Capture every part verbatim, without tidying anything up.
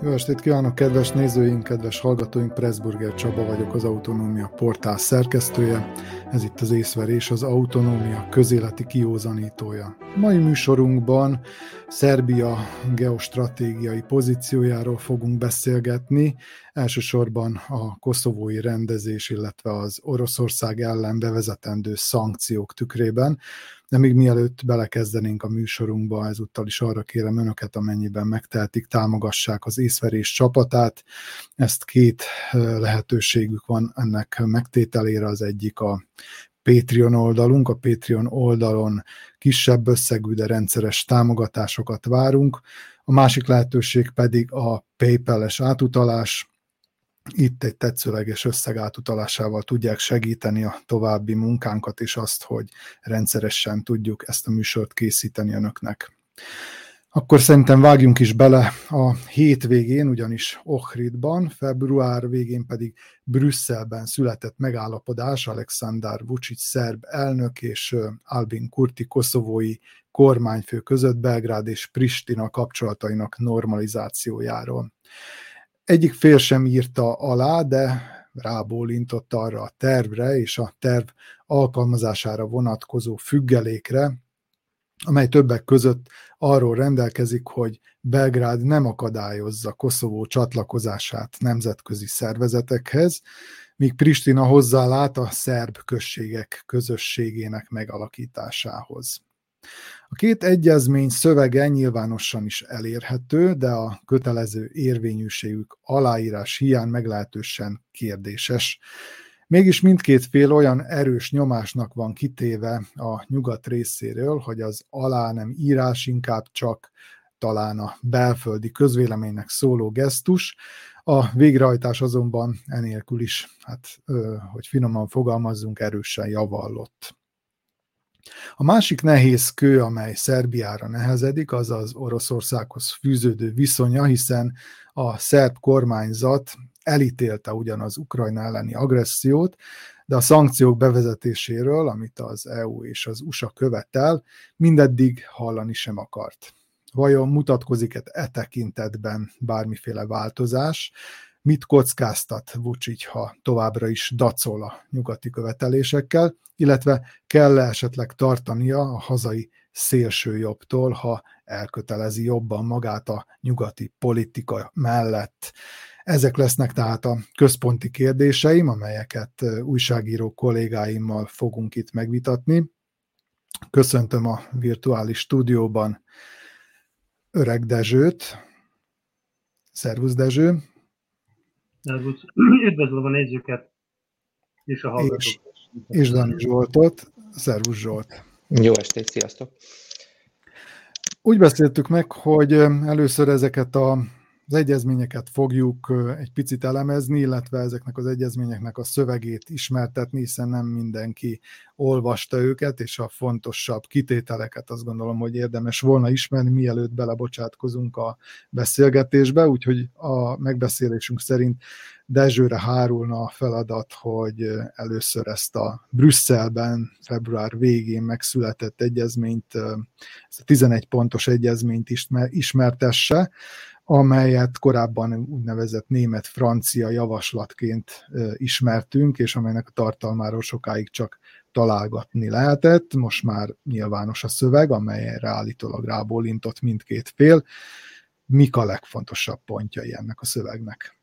Jó estét kívánok, kedves nézőink, kedves hallgatóink! Pressburger Csaba vagyok, az Autonómia portál szerkesztője. Ez itt az Észverés, az Autonómia közéleti kiózanítója. Mai műsorunkban Szerbia geostratégiai pozíciójáról fogunk beszélgetni, elsősorban a koszovói rendezés, illetve az Oroszország ellen bevezetendő szankciók tükrében. De még mielőtt belekezdenénk a műsorunkba, ezúttal is arra kérem önöket, amennyiben megtehetik, támogassák az Észverés csapatát. Ezt két lehetőségük van ennek megtételére, az egyik a Patreon oldalunk. A Patreon oldalon kisebb összegű, de rendszeres támogatásokat várunk. A másik lehetőség pedig a PayPal-es átutalás. Itt egy tetszőleges összeg átutalásával tudják segíteni a további munkánkat, és azt, hogy rendszeresen tudjuk ezt a műsort készíteni önöknek. Akkor szerintem vágjunk is bele a hétvégén, ugyanis Ohridban, február végén pedig Brüsszelben született megállapodás Aleksandar Vučić szerb elnök és Albin Kurti koszovói kormányfő között Belgrád és Pristina kapcsolatainak normalizációjáról. Egyik fél sem írta alá, de rábólintott arra a tervre és a terv alkalmazására vonatkozó függelékre, amely többek között arról rendelkezik, hogy Belgrád nem akadályozza Koszovó csatlakozását nemzetközi szervezetekhez, míg Pristina hozzálát a szerb községek közösségének megalakításához. A két egyezmény szövege nyilvánosan is elérhető, de a kötelező érvényűségük aláírás hiány meglehetősen kérdéses. Mégis mindkét fél olyan erős nyomásnak van kitéve a nyugat részéről, hogy az alá nem írás inkább csak talán a belföldi közvéleménynek szóló gesztus, a végrehajtás azonban enélkül is, hát, hogy finoman fogalmazzunk, erősen javallott. A másik nehéz kő, amely Szerbiára nehezedik, az az Oroszországhoz fűződő viszonya, hiszen a szerb kormányzat elítélte ugyan az Ukrajna elleni agressziót, de a szankciók bevezetéséről, amit az é u és az u es á követel, mindeddig hallani sem akart. Vajon mutatkozik-e e tekintetben bármiféle változás? Mit kockáztat Vučić, ha továbbra is dacol a nyugati követelésekkel, illetve kell-e esetleg tartania a hazai szélsőjobbtól, ha elkötelezi jobban magát a nyugati politika mellett? Ezek lesznek tehát a központi kérdéseim, amelyeket újságíró kollégáimmal fogunk itt megvitatni. Köszöntöm a virtuális stúdióban Öreg Dezsőt. Szervusz, Dezső! Szervusz! Üdvözlöm a nézőket és a hallgatókat. És, és Dani Zsoltot. Szervusz, Zsolt! Jó estét, sziasztok! Úgy beszéltük meg, hogy először ezeket a az egyezményeket fogjuk egy picit elemezni, illetve ezeknek az egyezményeknek a szövegét ismertetni, hiszen nem mindenki olvasta őket, és a fontosabb kitételeket azt gondolom, hogy érdemes volna ismerni, mielőtt belebocsátkozunk a beszélgetésbe, úgyhogy a megbeszélésünk szerint Dezsőre hárulna a feladat, hogy először ezt a Brüsszelben február végén megszületett egyezményt, ezt a tizenegy pontos egyezményt ismertesse, amelyet korábban úgynevezett német-francia javaslatként ismertünk, és amelynek a tartalmáról sokáig csak találgatni lehetett. Most már nyilvános a szöveg, amelyre állítólag rábólintott mindkét fél. Mik a legfontosabb pontjai ennek a szövegnek?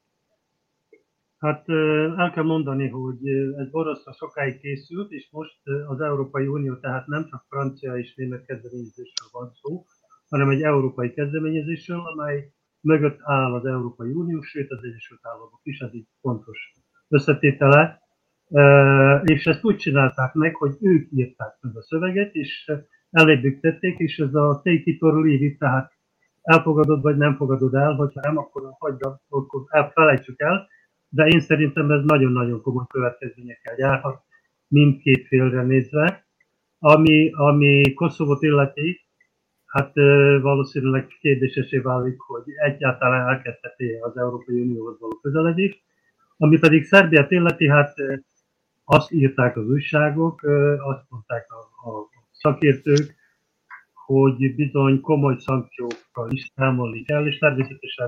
Hát el kell mondani, hogy ez borzasztóan sokáig készült, és most az Európai Unió, tehát nem csak francia és német kezdeményezésről van szó, hanem egy európai kezdeményezésről, amely mögött áll az Európai Unió, sőt az Egyesült Államok is, ez egy fontos összetétele. És ezt úgy csinálták meg, hogy ők írták meg a szöveget, és elébük tették, és ez a take it or leave it, tehát elfogadod vagy nem fogadod el, hogyha nem, akkor hagyd, akkor felejtsük el, de én szerintem ez nagyon-nagyon komoly következményekkel járhat mindkét félre nézve. Ami, ami Koszovót illeti, hát valószínűleg kérdésesé válik, hogy egyáltalán elkezdheti az Európai Unióhoz való közeledést. Ami pedig Szerbiát illeti, hát azt írták az újságok, azt mondták a, a szakértők, hogy bizony komoly szankciókkal is számolni kell, és természetesen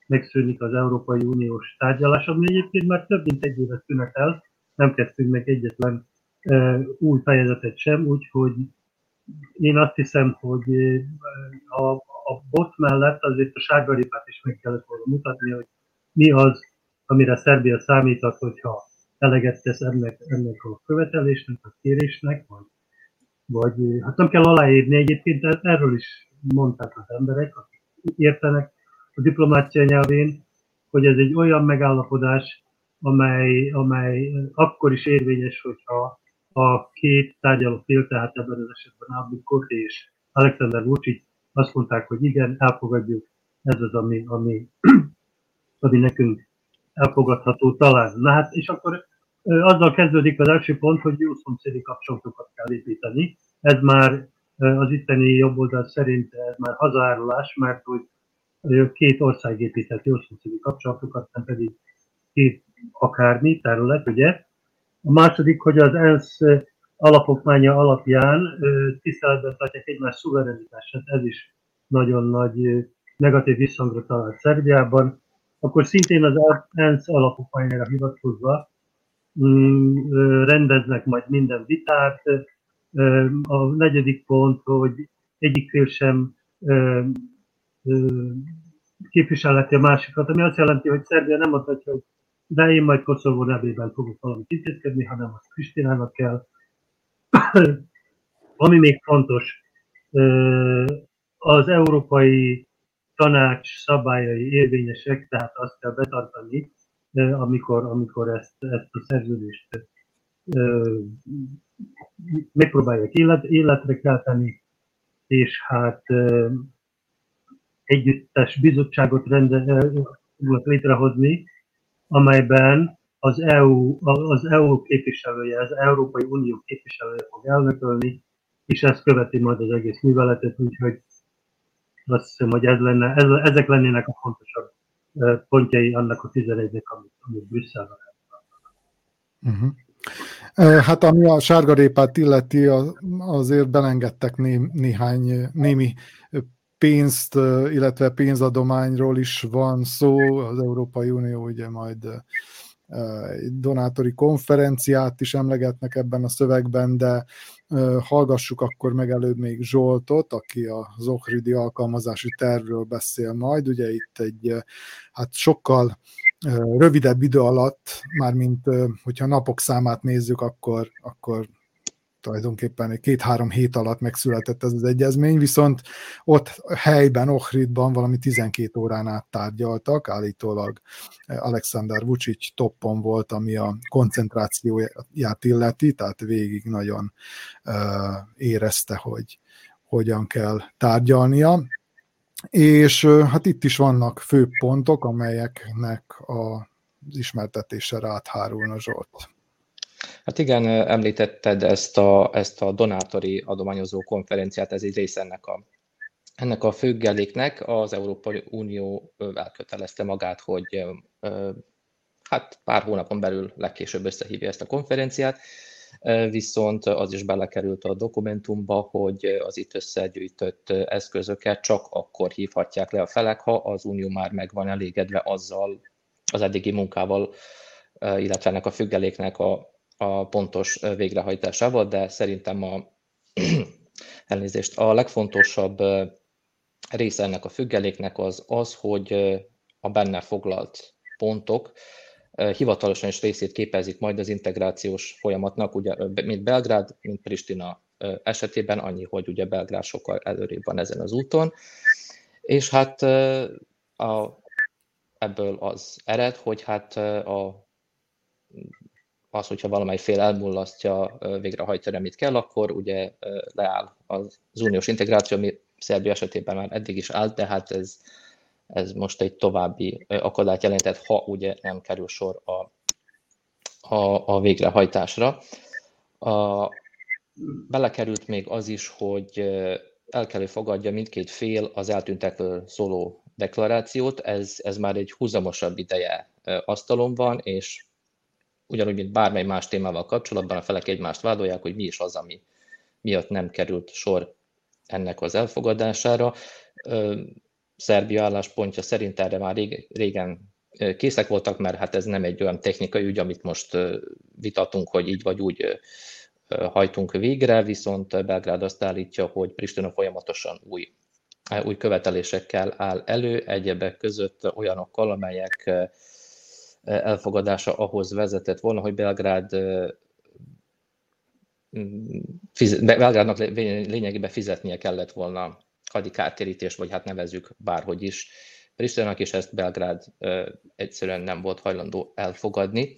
megszűnik az Európai Uniós tárgyalás, ami egyébként már több mint egy évet tünetel, nem kezdtünk meg egyetlen uh, új fejezetet sem, úgyhogy én azt hiszem, hogy a, a bot mellett azért a sárgarépát is meg kellett volna mutatni, hogy mi az, amire Szerbia számíthat, hogyha eleget tesz ennek, ennek a követelésnek, a kérésnek, vagy, vagy hát nem kell aláírni egyébként, erről is mondták az emberek, akik értenek a diplomácia nyelvén, hogy ez egy olyan megállapodás, amely, amely akkor is érvényes, hogyha a két tárgyaló fél, tehát ebben az esetben Albin Kurti és Alexander Vučić azt mondták, hogy igen, elfogadjuk, ez az, ami, ami, ami nekünk elfogadható talán. Na hát, és akkor azzal kezdődik az első pont, hogy jó szomszédi kapcsolatokat kell építeni. Ez már az itteni jobboldal szerint ez már hazaárulás, mert hogy két ország épített jó szomszédi kapcsolatokat, nem pedig két akármi terület, ugye. A második, hogy az ENSZ alapokmánya alapján tiszteletben tartják egymás szuverenitását, ez is nagyon nagy negatív visszhangra talált Szerbiában. Akkor szintén az ENSZ alapokmányára hivatkozva rendeznek majd minden vitát. A negyedik pont, hogy egyik fél sem képviselheti a másikat, ami azt jelenti, hogy Szerbia nem mondhatja, hogy de én majd Koszovó nevében fogok valamit intézkedni, hanem azt Pristinának kell. Ami még fontos, az Európai Tanács szabályai érvényesek, tehát azt kell betartani, amikor, amikor ezt, ezt a szerződést megpróbálják élet, életre kelteni, és hát együttes bizottságot rende, létrehozni, amelyben az é u, az é u képviselője, az Európai Unió képviselője fog elnökölni, és ezt követi majd az egész műveletet, úgyhogy azt hiszem, hogy ez lenne, ez, ezek lennének a fontosabb pontjai annak a tizenegynek, amit, amit Brüsszelben uh-huh. Hát ami a sárgarépát illeti, azért belengedtek né, néhány némi pénzt, illetve pénzadományról is van szó. Az Európai Unió ugye majd egy donátori konferenciát is emlegetnek ebben a szövegben, de hallgassuk akkor meg előbb még Zsoltot, aki az ohridi alkalmazási tervről beszél majd. Ugye itt egy hát sokkal rövidebb idő alatt, mármint hogyha napok számát nézzük, akkor, akkor tulajdonképpen két-három hét alatt megszületett ez az egyezmény, viszont ott helyben, Ohridban valami tizenkét órán át tárgyaltak, állítólag Alexander Vučić toppon volt, ami a koncentrációját illeti, tehát végig nagyon uh, érezte, hogy hogyan kell tárgyalnia. És uh, hát itt is vannak fő pontok, amelyeknek az ismertetése rád hárulna, Zsolt. Hát igen, említetted ezt a, ezt a donátori adományozó konferenciát, ez egy része ennek a, ennek a függeléknek. Az Európai Unió elkötelezte magát, hogy hát pár hónapon belül legkésőbb összehívja ezt a konferenciát, viszont az is belekerült a dokumentumba, hogy az itt összegyűjtött eszközöket csak akkor hívhatják le a felek, ha az Unió már meg van elégedve azzal az eddigi munkával, illetve ennek a függeléknek a a pontos végrehajtásával, de szerintem a, elnézést, a legfontosabb része ennek a függeléknek az az, hogy a benne foglalt pontok hivatalosan is részét képezik majd az integrációs folyamatnak, ugye, mint Belgrád, mint Pristina esetében, annyi, hogy ugye Belgrád sokkal előrébb van ezen az úton, és hát a, ebből az ered, hogy hát a az, hogyha valamely fél elmulasztja végrehajtani, amit kell, akkor ugye leáll az uniós integráció, ami Szerbia esetében már eddig is állt, de hát ez, ez most egy további akadályt jelentett, ha ugye nem kerül sor a, a, a végrehajtásra. A, belekerült még az is, hogy el kell, hogy fogadja mindkét fél az eltűntekről szóló deklarációt, ez, ez már egy húzamosabb ideje asztalon van, és ugyanúgy, mint bármely más témával kapcsolatban, a felek egymást vádolják, hogy mi is az, ami miatt nem került sor ennek az elfogadására. Szerbia álláspontja szerint erre már régen készek voltak, mert hát ez nem egy olyan technikai ügy, amit most vitatunk, hogy így vagy úgy hajtunk végre, viszont Belgrád azt állítja, hogy Pristina folyamatosan új, új követelésekkel áll elő, egyebek között olyanokkal, amelyek elfogadása ahhoz vezetett volna, hogy Belgrád Belgrádnak lényegében fizetnie kellett volna hadi kártérítést, vagy hát nevezzük bárhogy is Pristinának, és ezt Belgrád egyszerűen nem volt hajlandó elfogadni.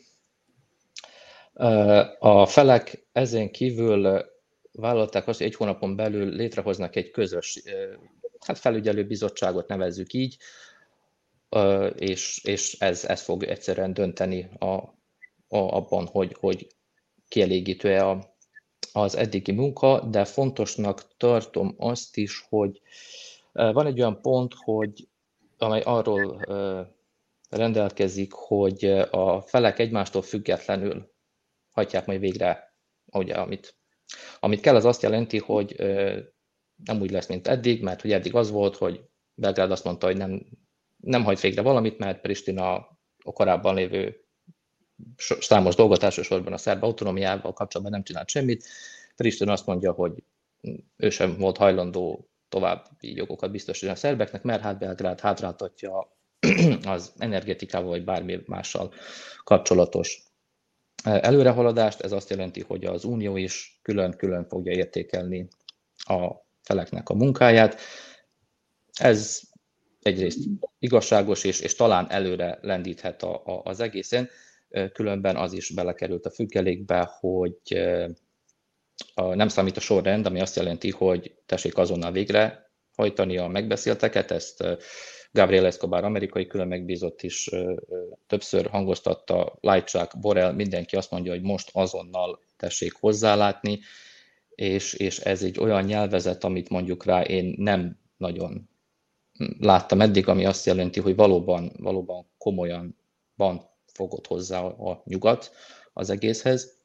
A felek ezen kívül vállalták azt, hogy egy hónapon belül létrehoznak egy közös hát felügyelőbizottságot, nevezzük így, és, és ez, ez fog egyszerűen dönteni a, a, abban, hogy, hogy kielégítő-e a az eddigi munka, de fontosnak tartom azt is, hogy van egy olyan pont, hogy, amely arról rendelkezik, hogy a felek egymástól függetlenül hajtják majd végre, ugye, amit, amit kell, az azt jelenti, hogy nem úgy lesz, mint eddig, mert hogy eddig az volt, hogy Belgrád azt mondta, hogy nem, nem hajt végre valamit, mert Pristina a korábban lévő számos dolgot, elsősorban a szerb autonómiával kapcsolatban nem csinált semmit. Pristina azt mondja, hogy ő sem volt hajlandó további jogokat biztosítani a szerbeknek, mert hát Belgrád hátráltatja az energetikával vagy bármi mással kapcsolatos előrehaladást. Ez azt jelenti, hogy az Unió is külön-külön fogja értékelni a feleknek a munkáját. Ez egyrészt igazságos, és, és talán előre lendíthet a, a, az egészen. Különben az is belekerült a függelékbe, hogy a, nem számít a sorrend, ami azt jelenti, hogy tessék azonnal végrehajtani a megbeszélteket. Ezt Gabriel Escobar amerikai külön megbízott is többször hangoztatta, Lajcsák, Borrell, mindenki azt mondja, hogy most azonnal tessék hozzálátni, és, és ez egy olyan nyelvezet, amit mondjuk rá én nem nagyon láttam eddig, ami azt jelenti, hogy valóban, valóban komolyan van fogott hozzá a nyugat az egészhez.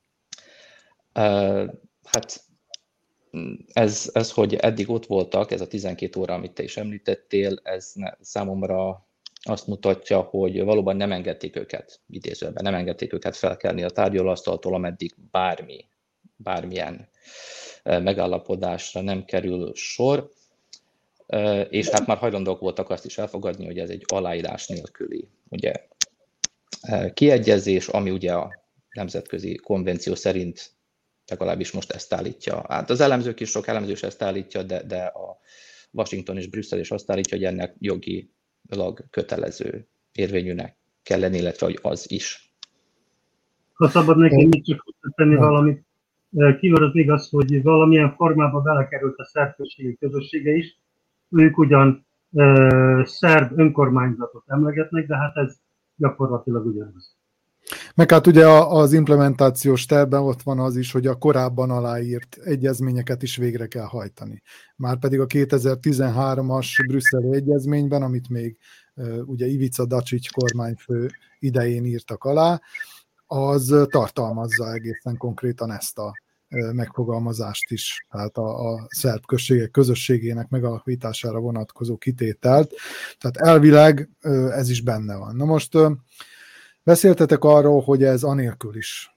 Hát ez, ez, hogy eddig ott voltak, ez a tizenkét óra, amit te is említettél, ez számomra azt mutatja, hogy valóban nem engedték őket, idézőben, nem engedték őket felkelni a tárgyalóasztaltól, ameddig bármi, bármilyen megállapodásra nem kerül sor. És hát már hajlandók voltak azt is elfogadni, hogy ez egy aláírás nélküli ugye, kiegyezés, ami ugye a nemzetközi konvenció szerint legalábbis most ezt állítja. Hát az elemzők is, sok elemző is ezt állítja, de, de a Washington és Brüsszel is azt állítja, hogy ennek jogilag kötelező érvényűnek kell lenni, illetve hogy az is. Ha szabad nekem még csak tenni valamit, kívül az igaz, hogy valamilyen formában belekerült a szerb községi közössége is. Ők ugyan e, szerb önkormányzatot emlegetnek, de hát ez gyakorlatilag ugyanaz. Meg hát ugye az implementációs tervben ott van az is, hogy a korábban aláírt egyezményeket is végre kell hajtani. Márpedig a kétezer-tizenhármas brüsszeli egyezményben, amit még ugye Ivica Dačić kormányfő idején írtak alá, az tartalmazza egészen konkrétan ezt a megfogalmazást is, tehát a, a szerb községek közösségének megalapítására vonatkozó kitételt. Tehát elvileg ez is benne van. Na most beszéltetek arról, hogy ez anélkül is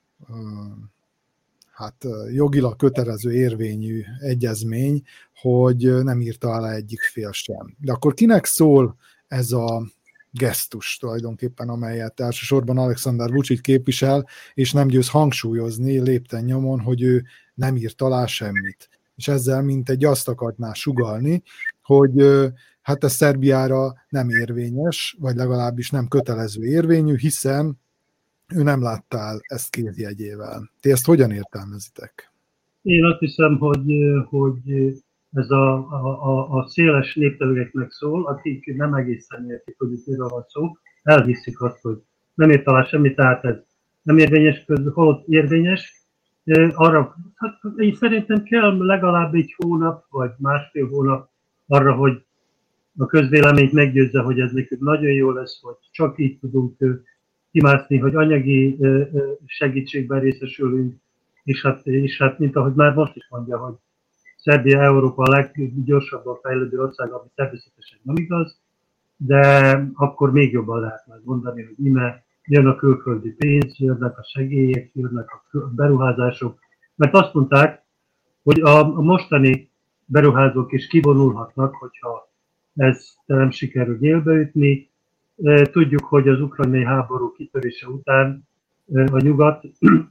hát jogilag kötelező érvényű egyezmény, hogy nem írta alá egyik fél sem. De akkor kinek szól ez a gesztus tulajdonképpen, amelyet elsősorban Aleksandar Vučić képvisel, és nem győz hangsúlyozni lépten nyomon, hogy ő nem írt alá semmit. És ezzel mint egy azt akartná sugallni, hogy hát ez Szerbiára nem érvényes, vagy legalábbis nem kötelező érvényű, hiszen ő nem látta el ezt kézjegyével. Ti ezt hogyan értelmezitek? Én azt hiszem, hogy, hogy ez a, a, a széles népterületeknek szól, akik nem egészen értik, hogy itt miről van szó, elhiszik azt, hogy nem ért alá semmit, tehát ez nem érvényes, holott érvényes. Arra, hát én szerintem kell legalább egy hónap, vagy másfél hónap arra, hogy a közvéleményt meggyőzze, hogy ez nekünk nagyon jó lesz, hogy csak így tudunk kimászni, hogy anyagi segítségben részesülünk, és hát, és hát mint ahogy már most is mondja, hogy Szerbia Európa a leggyorsabban fejlődő ország, ami természetesen nem igaz, de akkor még jobban lehet majd mondani, hogy ime jön a külföldi pénz, jönnek a segélyek, jönnek a beruházások, mert azt mondták, hogy a, a mostani beruházók is kivonulhatnak, hogyha ez nem sikerül élbeütni. Tudjuk, hogy az ukrajnai háború kitörése után a nyugat,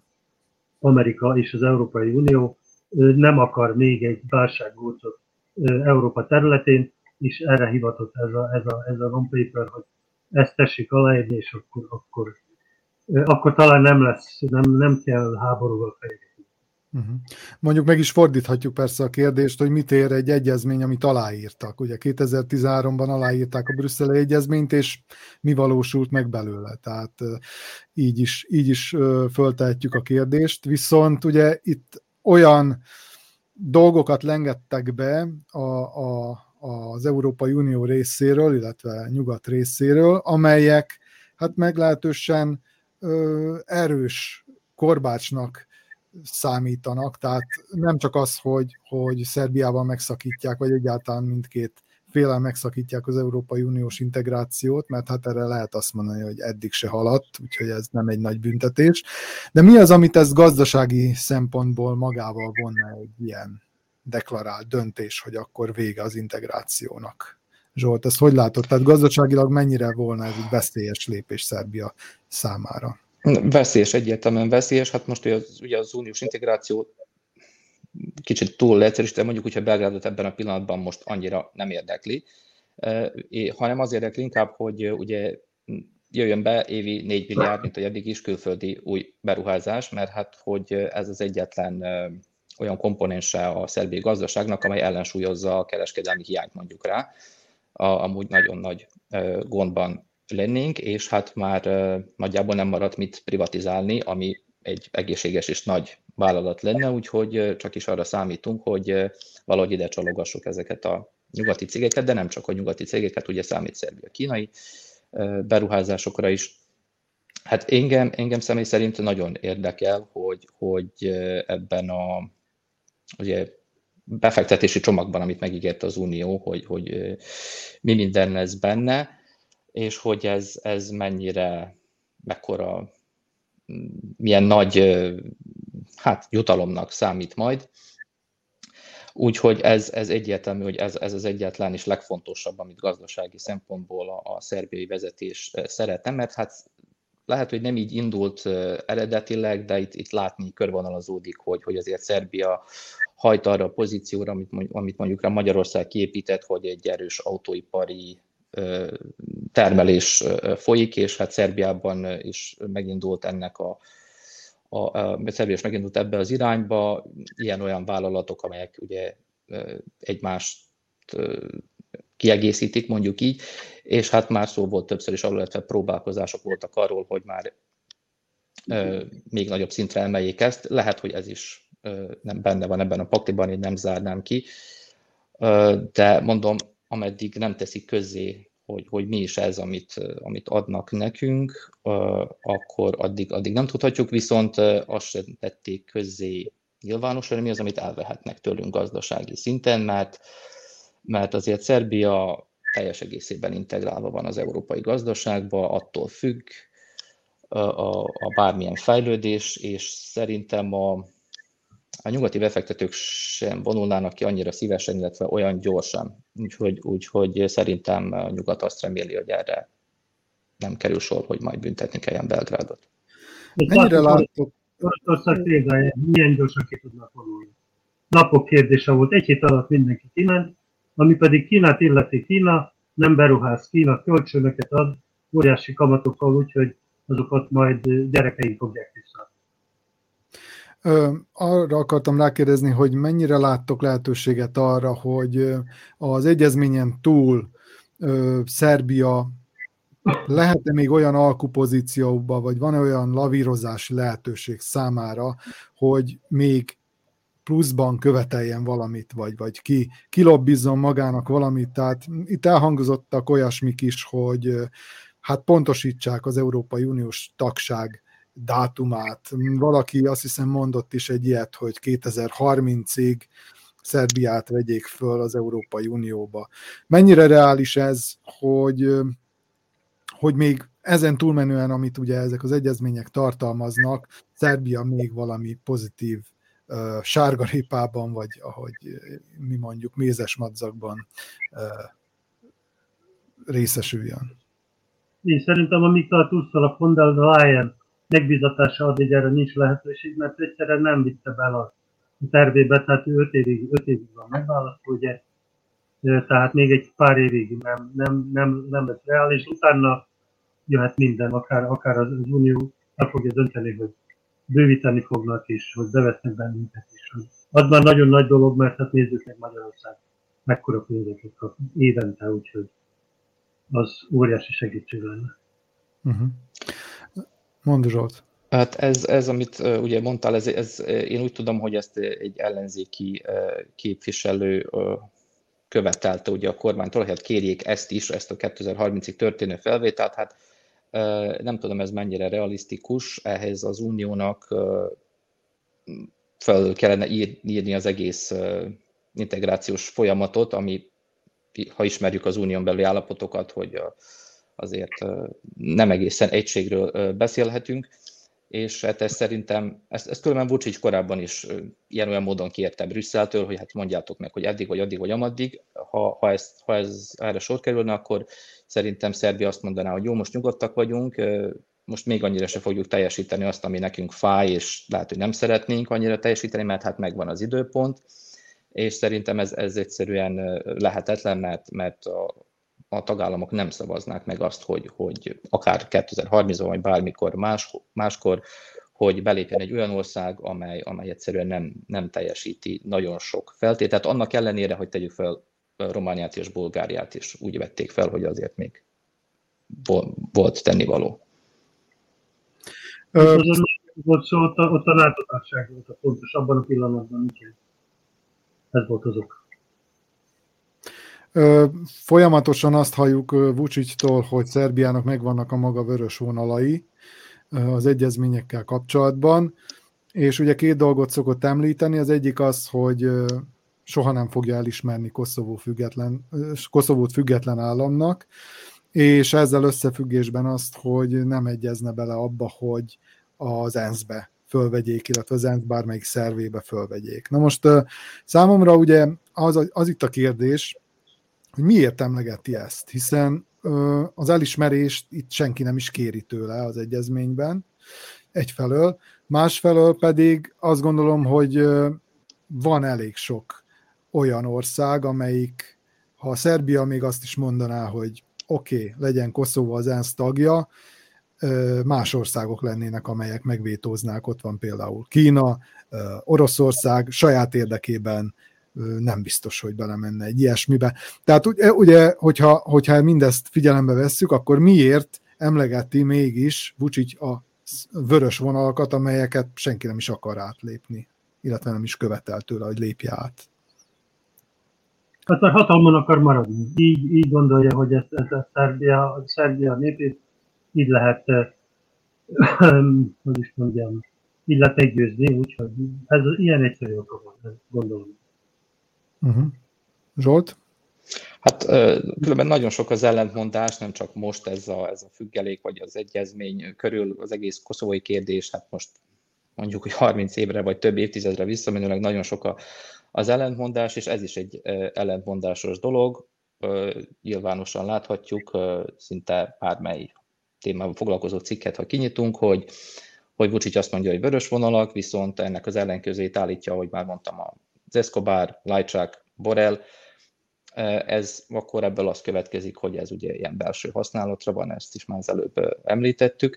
Amerika és az Európai Unió nem akar még egy válsággócot Európa területén, és erre hivatott ez a, ez a, ez a non-paper, hogy ezt tessék aláírni, és akkor, akkor, akkor talán nem lesz, nem, nem kell háborúval fejlődni. Uh-huh. Mondjuk meg is fordíthatjuk persze a kérdést, hogy mit ér egy egyezmény, amit aláírtak. Ugye kétezer-tizenháromban aláírták a brüsszeli egyezményt, és mi valósult meg belőle. Tehát így is, így is föltehetjük a kérdést. Viszont ugye itt olyan dolgokat lengettek be a, a, az Európai Unió részéről, illetve nyugat részéről, amelyek hát meglehetősen ö, erős korbácsnak számítanak, tehát nem csak az, hogy, hogy Szerbiával megszakítják, vagy egyáltalán mindkét féllel megszakítják az Európai Uniós integrációt, mert hát erre lehet azt mondani, hogy eddig se haladt, úgyhogy ez nem egy nagy büntetés. De mi az, amit ez gazdasági szempontból magával vonna egy ilyen deklarált döntés, hogy akkor vége az integrációnak? Zsolt, ezt hogy látod? Tehát gazdaságilag mennyire volna ez egy veszélyes lépés Szerbia számára? Veszélyes, egyértelműen veszélyes. Hát most ugye az, ugye az uniós integráció kicsit túl leegyszerűsítve, mondjuk úgy, hogy Belgrádot ebben a pillanatban most annyira nem érdekli, hanem az érdekli inkább, hogy ugye jöjjön be évi négy milliárd, mint hogy eddig is külföldi új beruházás, mert hát hogy ez az egyetlen olyan komponense a szerbiai gazdaságnak, amely ellensúlyozza a kereskedelmi hiányt, mondjuk rá. A, amúgy nagyon nagy gondban lennénk, és hát már nagyjából nem maradt mit privatizálni, ami egy egészséges és nagy vállalat lenne, úgyhogy csak is arra számítunk, hogy valahogy ide csalogassuk ezeket a nyugati cégeket, de nem csak a nyugati cégeket, ugye számít Szerbia kínai beruházásokra is. Hát engem, engem személy szerint nagyon érdekel, hogy, hogy ebben a ugye, befektetési csomagban, amit megígért az Unió, hogy, hogy mi minden lesz benne, és hogy ez, ez mennyire, mekkora, milyen nagy hát, jutalomnak számít majd. Úgyhogy ez, ez egyértelmű, hogy ez, ez az egyetlen és legfontosabb, amit gazdasági szempontból a, a szerbiai vezetés szeretne, mert hát lehet, hogy nem így indult eredetileg, de itt, itt látni körvonalazódik, hogy, hogy azért Szerbia hajt arra a pozícióra, amit, amit mondjuk a Magyarország kiépített, hogy egy erős autóipari termelés folyik, és hát Szerbiában is megindult ennek a, a, a Szerbia is megindult ebbe az irányba, ilyen-olyan vállalatok, amelyek ugye egymást kiegészítik, mondjuk így, és hát már szó volt többször is arról, illetve próbálkozások voltak arról, hogy már még nagyobb szintre emeljék ezt. Lehet, hogy ez is nem benne van ebben a pakliban, én nem zárnám ki, de mondom, ameddig nem teszik közzé, hogy, hogy mi is ez, amit, amit adnak nekünk, akkor addig, addig nem tudhatjuk, viszont azt sem tették közzé nyilvánosan, mi az, amit elvehetnek tőlünk gazdasági szinten, mert, mert azért Szerbia teljes egészében integrálva van az európai gazdaságba, attól függ a, a, a bármilyen fejlődés, és szerintem a A nyugati befektetők sem vonulnának ki annyira szívesen, illetve olyan gyorsan. Úgyhogy, úgyhogy szerintem a nyugat azt reméli, hogy erre nem kerül sor, hogy majd büntetni kelljen Belgrádot. Mennyire láttok? Oroszország példája, milyen gyorsan ki tudnak vonulni. Napok kérdése volt, egy hét alatt mindenki kiment, ami pedig Kínát illeti Kína, nem beruház Kína, kölcsönöket ad, óriási kamatokkal, úgyhogy azokat majd gyerekeink fogják vissza. Arra akartam rákérdezni, hogy mennyire láttok lehetőséget arra, hogy az egyezményen túl Szerbia lehet-e még olyan alkupozícióban, vagy van-e olyan lavírozási lehetőség számára, hogy még pluszban követeljen valamit, vagy, vagy ki, kilobbizzon magának valamit. Tehát itt elhangzottak olyasmik is, hogy hát pontosítsák az Európai Uniós tagság dátumát. Valaki azt hiszem mondott is egy ilyet, hogy kétezer-harmincig Szerbiát vegyék föl az Európai Unióba. Mennyire reális ez, hogy, hogy még ezen túlmenően, amit ugye ezek az egyezmények tartalmaznak, Szerbia még valami pozitív uh, sárgarépában, vagy ahogy mi mondjuk mézes madzagban uh, részesüljön? Én szerintem, amíg tart Ursula von der Leyen megbízatása, addig erre nincs lehetőség, mert egyszerűen nem vitte bele a tervébe, tehát ő öt évig, öt évig van megválasztva, ugye, tehát még egy pár évig nem, nem, nem, nem lesz reális, utána jöhet minden, akár, akár az, az Unió el fogja dönteni, hogy bővíteni fognak is, hogy bevesznek bennünket is. Az már nagyon nagy dolog, mert hát nézzük meg Magyarország mekkora pénzeket kap évente, úgyhogy az óriási segítség lenne. Uh-huh. Mondd, Zsolt. Hát ez, ez amit uh, ugye mondtál, ez, ez, én úgy tudom, hogy ezt egy ellenzéki uh, képviselő uh, követelte ugye a kormánytól, hogy hát kérjék ezt is, ezt a kétezer-harmincig történő felvételt. Hát uh, nem tudom, ez mennyire realisztikus, ehhez az uniónak uh, fel kellene ír, írni az egész uh, integrációs folyamatot, ami, ha ismerjük az unión belüli állapotokat, hogy uh, azért uh, nem egészen egységről uh, beszélhetünk, és hát ez szerintem, ezt, ezt különben Vučić korábban is ilyen-olyan módon kérte Brüsszeltől, hogy hát mondjátok meg, hogy eddig, vagy addig, vagy amaddig, ha, ha, ezt, ha ez erre sor kerülne, akkor szerintem Szerbia azt mondaná, hogy jó, most nyugodtak vagyunk, most még annyira se fogjuk teljesíteni azt, ami nekünk fáj, és lehet, hogy nem szeretnénk annyira teljesíteni, mert hát megvan az időpont, és szerintem ez, ez egyszerűen lehetetlen, mert, mert a, a tagállamok nem szavaznák meg azt, hogy, hogy akár kétezer-harmincban, vagy bármikor más, máskor, hogy belépjen egy olyan ország, amely, amely egyszerűen nem, nem teljesíti nagyon sok feltételt. Annak ellenére, hogy tegyük fel Romániát és Bulgáriát is úgy vették fel, hogy azért még volt tennivaló. Ö, Azon volt szó, ott a, ott a NATO társaság volt a fontos abban a pillanatban, úgyhogy ez volt az ok. Folyamatosan azt halljuk Vučićtól, hogy Szerbiának megvannak a maga vörös vonalai az egyezményekkel kapcsolatban, és ugye két dolgot szokott említeni, az egyik az, hogy soha nem fogja elismerni Koszovó független, Koszovót független államnak, és ezzel összefüggésben azt, hogy nem egyezne bele abba, hogy az ENSZ-be fölvegyék, illetve az ENSZ bármelyik szervébe fölvegyék. Na most számomra ugye az, az itt a kérdés, hogy miért emlegeti ezt, hiszen ö, az elismerést itt senki nem is kéri tőle az egyezményben, egyfelől, másfelől pedig azt gondolom, hogy ö, van elég sok olyan ország, amelyik, ha a Szerbia még azt is mondaná, hogy oké, okay, legyen Koszovó az ENSZ tagja, ö, más országok lennének, amelyek megvétóznák, ott van például Kína, ö, Oroszország, saját érdekében nem biztos, hogy belemenne egy ilyesmibe. Tehát ugye, hogyha, hogyha mindezt figyelembe vesszük, akkor miért emlegeti mégis Vučić a vörös vonalakat, amelyeket senki nem is akar átlépni, illetve nem is követel tőle, hogy lépje át? Hát a hatalmon akar maradni. Így, így gondolja, hogy ez, ez a Szerbia, a Szerbia népét így lehet, hogy is mondjam, így lehet meggyőzni, úgyhogy ez ilyen egyszerű oka van, gondolom. Uh-huh. Zsolt? Hát különben nagyon sok az ellentmondás, nem csak most ez a, ez a függelék, vagy az egyezmény körül az egész koszovói kérdés, hát most mondjuk, hogy harminc évre, vagy több évtizedre visszamenőleg nagyon sok a, az ellentmondás, és ez is egy ellentmondásos dolog. Nyilvánosan láthatjuk, szinte bármely témával foglalkozó cikket, ha kinyitunk, hogy, hogy Vučić azt mondja, hogy vörös vonalak, viszont ennek az ellenkezőjét állítja, hogy már mondtam, a Escobar, Lajčák, Borrell, ez akkor ebből az következik, hogy ez ugye ilyen belső használatra van, ezt is már az előbb említettük.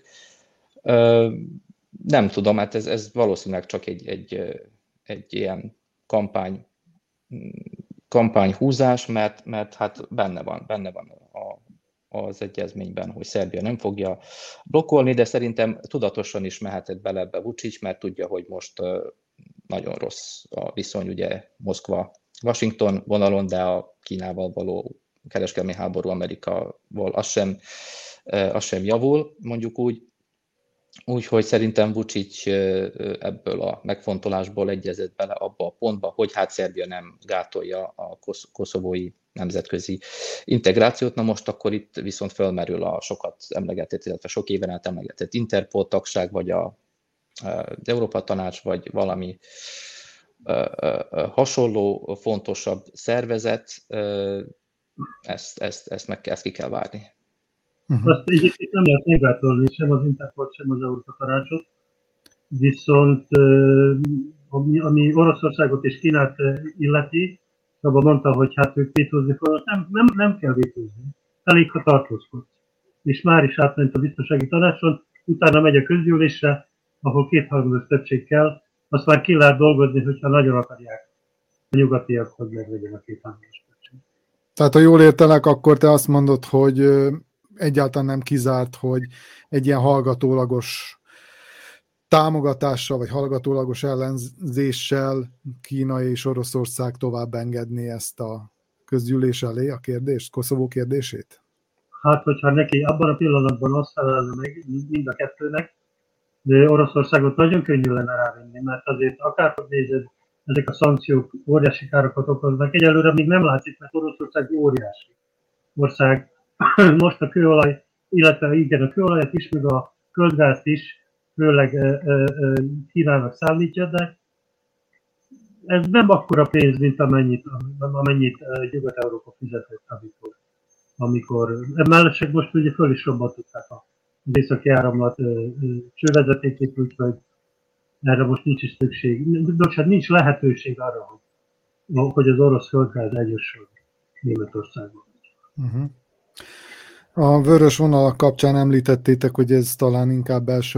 Nem tudom, hát ez, ez valószínűleg csak egy, egy, egy ilyen kampány, kampányhúzás, mert, mert hát benne van, benne van a, az egyezményben, hogy Szerbia nem fogja blokkolni, de szerintem tudatosan is mehetett bele ebbe Vučić, mert tudja, hogy most nagyon rossz a viszony, ugye Moszkva-Washington vonalon, de a Kínával való kereskedelmi háború Amerikával az sem, az sem javul, mondjuk úgy. Úgyhogy szerintem Vučić ebből a megfontolásból egyezett bele abba a pontba, hogy hát Szerbia nem gátolja a kosz- koszovói nemzetközi integrációt. Na most akkor itt viszont felmerül a sokat emlegetett, illetve sok éven át emlegetett Interpol tagság, vagy a, az Európa Tanács, vagy valami hasonló, fontosabb szervezet. Ezt, ezt, ezt meg ezt ki kell várni. Uh-huh. Azt egyébként nem lehet meggátolni sem az Interpol, sem az Európa Tanácsot, viszont ami, ami Oroszországot és Kínát illeti, abban mondta, hogy hát ők vétózni fognak, nem, nem, nem kell vétózni, elég, ha tartózkodsz. És már is átment a biztonsági tanácson, utána megy a közgyűlésre, ahol kétharmados többség kell, azt már ki lehet dolgozni, hogyha nagyon akarják a nyugatiak, hogy meglegyen a kétharmados többség. Tehát ha jól értelek, akkor te azt mondod, hogy egyáltalán nem kizárt, hogy egy ilyen hallgatólagos támogatással, vagy hallgatólagos ellenzéssel Kína és Oroszország tovább engedni ezt a közgyűlés elé a kérdést, Koszovó kérdését? Hát, hogyha neki abban a pillanatban azt felelne meg mind a kettőnek, de Oroszországot nagyon könnyű lenne rávinni, mert azért akárhogy nézed, ezek a szankciók óriási károkat okoznak. Egyelőre még nem látszik, mert Oroszország óriási ország. Most a kőolaj, illetve igen, a kőolajat is, meg a földgázt is, főleg Kínának szállítja, de ez nem akkora pénz, mint amennyit, amennyit Nyugat-Európa fizetett, amikor, amikor emellett most ugye föl is robbantották az északi áramlat csővezetékét, úgyhogy erre most nincs is szükség. Nos, hát nincs lehetőség arra, hogy az orosz földgáz eljusson Németországban. Uh-huh. A vörös vonalak kapcsán említettétek, hogy ez talán inkább belső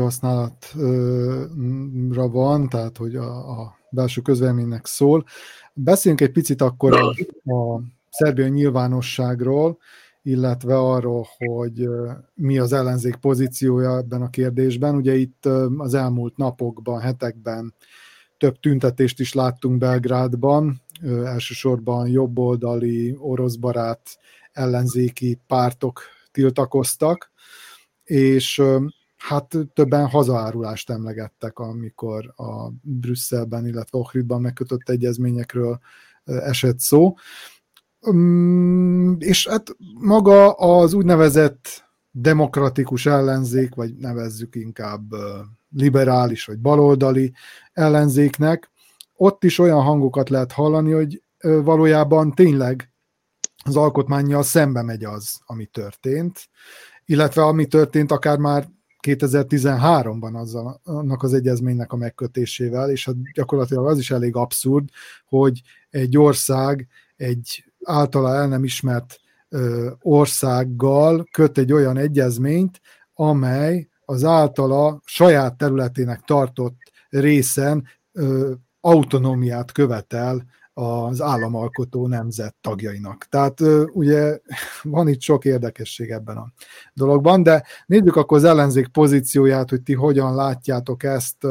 használatra van, tehát hogy a, a belső közvéleménynek szól. Beszéljünk egy picit akkor a, a szerbiai nyilvánosságról, illetve arról, hogy mi az ellenzék pozíciója ebben a kérdésben. Ugye itt az elmúlt napokban, hetekben több tüntetést is láttunk Belgrádban, elsősorban jobboldali, oroszbarát ellenzéki pártok tiltakoztak, és hát többen hazaárulást emlegettek, amikor a Brüsszelben, illetve Ohridban megkötött egyezményekről esett szó. És hát maga az úgynevezett demokratikus ellenzék, vagy nevezzük inkább liberális, vagy baloldali ellenzéknek, ott is olyan hangokat lehet hallani, hogy valójában tényleg az alkotmánnyal szembe megy az, ami történt, illetve ami történt akár már kétezer-tizenháromban azzal, annak az egyezménynek a megkötésével, és hát gyakorlatilag az is elég abszurd, hogy egy ország egy általa el nem ismert ö, országgal köt egy olyan egyezményt, amely az általa saját területének tartott részen ö, autonómiát követel az államalkotó nemzet tagjainak. Tehát ugye van itt sok érdekesség ebben a dologban, de nézzük akkor az ellenzék pozícióját, hogy ti hogyan látjátok ezt,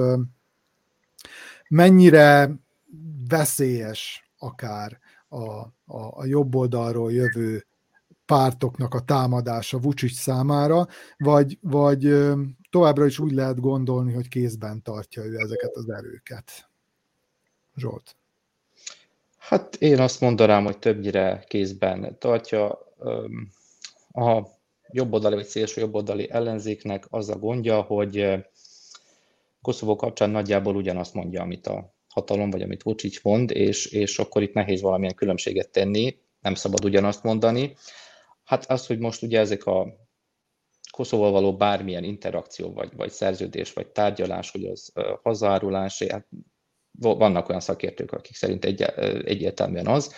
mennyire veszélyes akár a, a, a jobb oldalról jövő pártoknak a támadása Vučić számára, vagy, vagy továbbra is úgy lehet gondolni, hogy kézben tartja ő ezeket az erőket. Zsolt. Hát én azt mondanám, hogy többnyire kézben tartja. A jobboldali vagy szélső jobboldali ellenzéknek az a gondja, hogy Koszovó kapcsán nagyjából ugyanazt mondja, amit a hatalom, vagy amit Vučić mond, és, és akkor itt nehéz valamilyen különbséget tenni, nem szabad ugyanazt mondani. Hát az, hogy most ugye ezek a Koszovóval való bármilyen interakció, vagy, vagy szerződés, vagy tárgyalás, hogy az hazárulás, hát vannak olyan szakértők, akik szerint egy, egyértelműen az.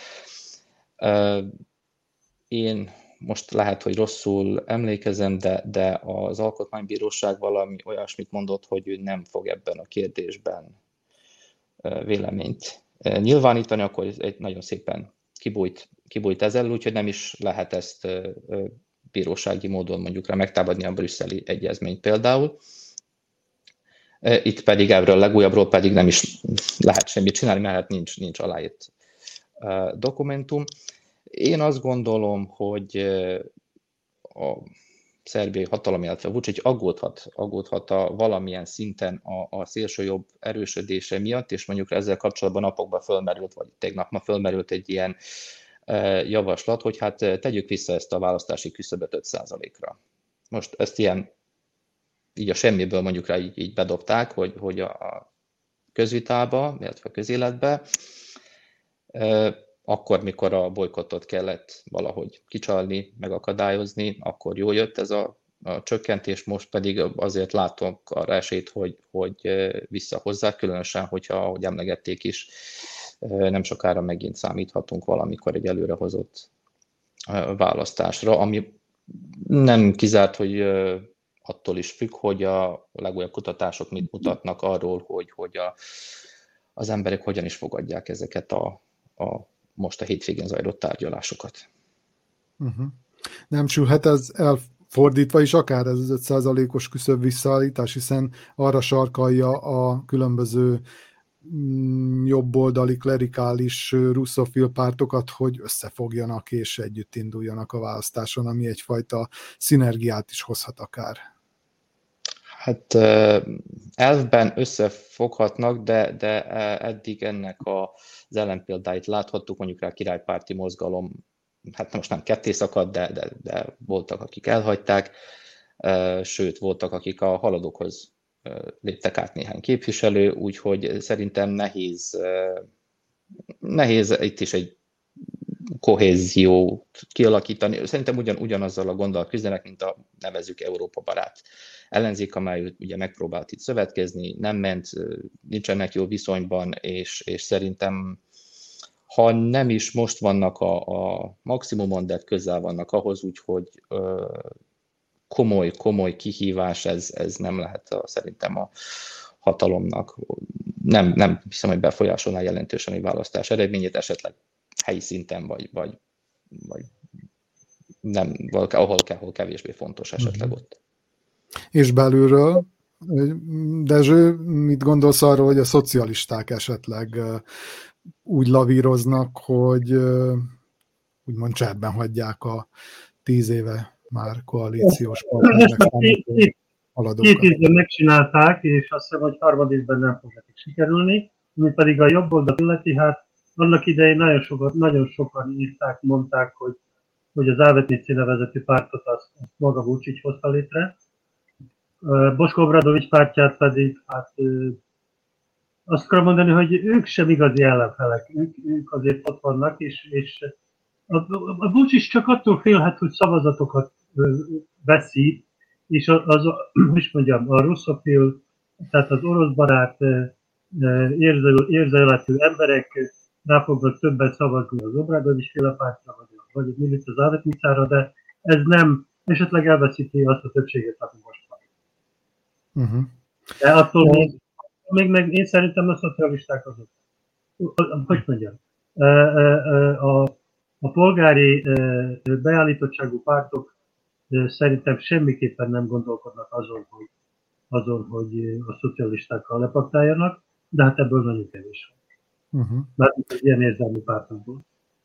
Én most lehet, hogy rosszul emlékezem, de, de az Alkotmánybíróság valami olyasmit mondott, hogy ő nem fog ebben a kérdésben véleményt nyilvánítani, akkor egy nagyon szépen kibújt, kibújt ezzel, úgyhogy nem is lehet ezt bírósági módon mondjuk rá megtámadni a brüsszeli egyezményt például. Itt pedig erről legújabbról pedig nem is lehet semmit csinálni, mert nincs, nincs aláírt dokumentum. Én azt gondolom, hogy a szerbiai hatalom, illetve Vučić aggódhat, aggódhat a valamilyen szinten a, a szélsőjobb erősödése miatt, és mondjuk ezzel kapcsolatban napokban fölmerült, vagy tegnap ma fölmerült egy ilyen javaslat, hogy hát tegyük vissza ezt a választási küszöböt öt százalékra. Most ezt ilyen, így a semmiből mondjuk rá így, így bedobták, hogy, hogy a közvitába, illetve a közéletbe, akkor, mikor a bolykottot kellett valahogy kicsalni, megakadályozni, akkor jól jött ez a, a csökkentés, most pedig azért látok arra esélyt, hogy, hogy visszahozzák, különösen, hogyha, ahogy emlegették is, nem sokára megint számíthatunk valamikor egy előrehozott választásra, ami nem kizárt, hogy attól is függ, hogy a legújabb kutatások mit mutatnak arról, hogy, hogy a, az emberek hogyan is fogadják ezeket a, a most a hétvégén zajlott tárgyalásokat. Uh-huh. Nem sülhet ez elfordítva is akár ez az öt százalékos küszöb visszaállítás, hiszen arra sarkalja a különböző jobboldali, klerikális, russzofil pártokat, hogy összefogjanak és együtt induljanak a választáson, ami egyfajta szinergiát is hozhat akár. Hát elvben összefoghatnak, de, de eddig ennek az ellenpéldáit láthattuk, mondjuk rá a királypárti mozgalom, hát most nem ketté szakadt, de, de, de voltak, akik elhagyták, sőt, voltak, akik a haladókhoz léptek át néhány képviselő, úgyhogy szerintem nehéz, nehéz itt is egy kohéziót kialakítani. Szerintem ugyan, ugyanazzal a gonddal küzdenek, mint a nevezzük Európa barát ellenzék, amely ugye megpróbált itt szövetkezni, nem ment, nincsenek jó viszonyban, és, és szerintem ha nem is most vannak a, a maximumon, de közel vannak ahhoz, úgyhogy komoly, komoly kihívás, ez, ez nem lehet a, szerintem a hatalomnak. Nem, nem hiszem, hogy befolyásolná jelentősen egy választás eredményét, esetleg helyi szinten, vagy, vagy, vagy nem, ahol, ahol kevésbé fontos esetleg ott. És belülről, Dezső, mit gondolsz arról, hogy a szocialisták esetleg úgy lavíroznak, hogy úgymond cserben hagyják a tíz éve már koalíciós partnernek haladókat? Két évben megcsinálták, és azt hiszem, hogy harmadikben nem fog nekik sikerülni, ami pedig a jobb oldal illeti, hát annak idején nagyon sokan, nagyon sokan írták, mondták, hogy, hogy az Ávetnici nevezetű pártot azt maga Vučić hozta létre. Boško Obradović pártját pedig, hát azt akarom mondani, hogy ők sem igazi ellenfelek, ők, ők azért ott vannak, és, és a, a Vučić csak attól félhet, hogy szavazatokat veszít, és az, is mondjam, a russzofil, tehát az orosz barát érzőletű emberek rá fognak többet szavazni az Obradović féle pártra, vagy, vagy mint az Ávetnicára, de ez nem, esetleg elveszíti azt a többséget, ami most van. Uh-huh. De attól uh-huh. még, még meg én szerintem a szocialisták azok. Hogy mondjam? A, a polgári beállítottságú pártok szerintem semmiképpen nem gondolkodnak azon, hogy, azon, hogy a szocialistákkal lepaktáljanak, de hát ebből nagyon kevés van. Uh-huh. Mert egy ilyen érzelmi pártokból.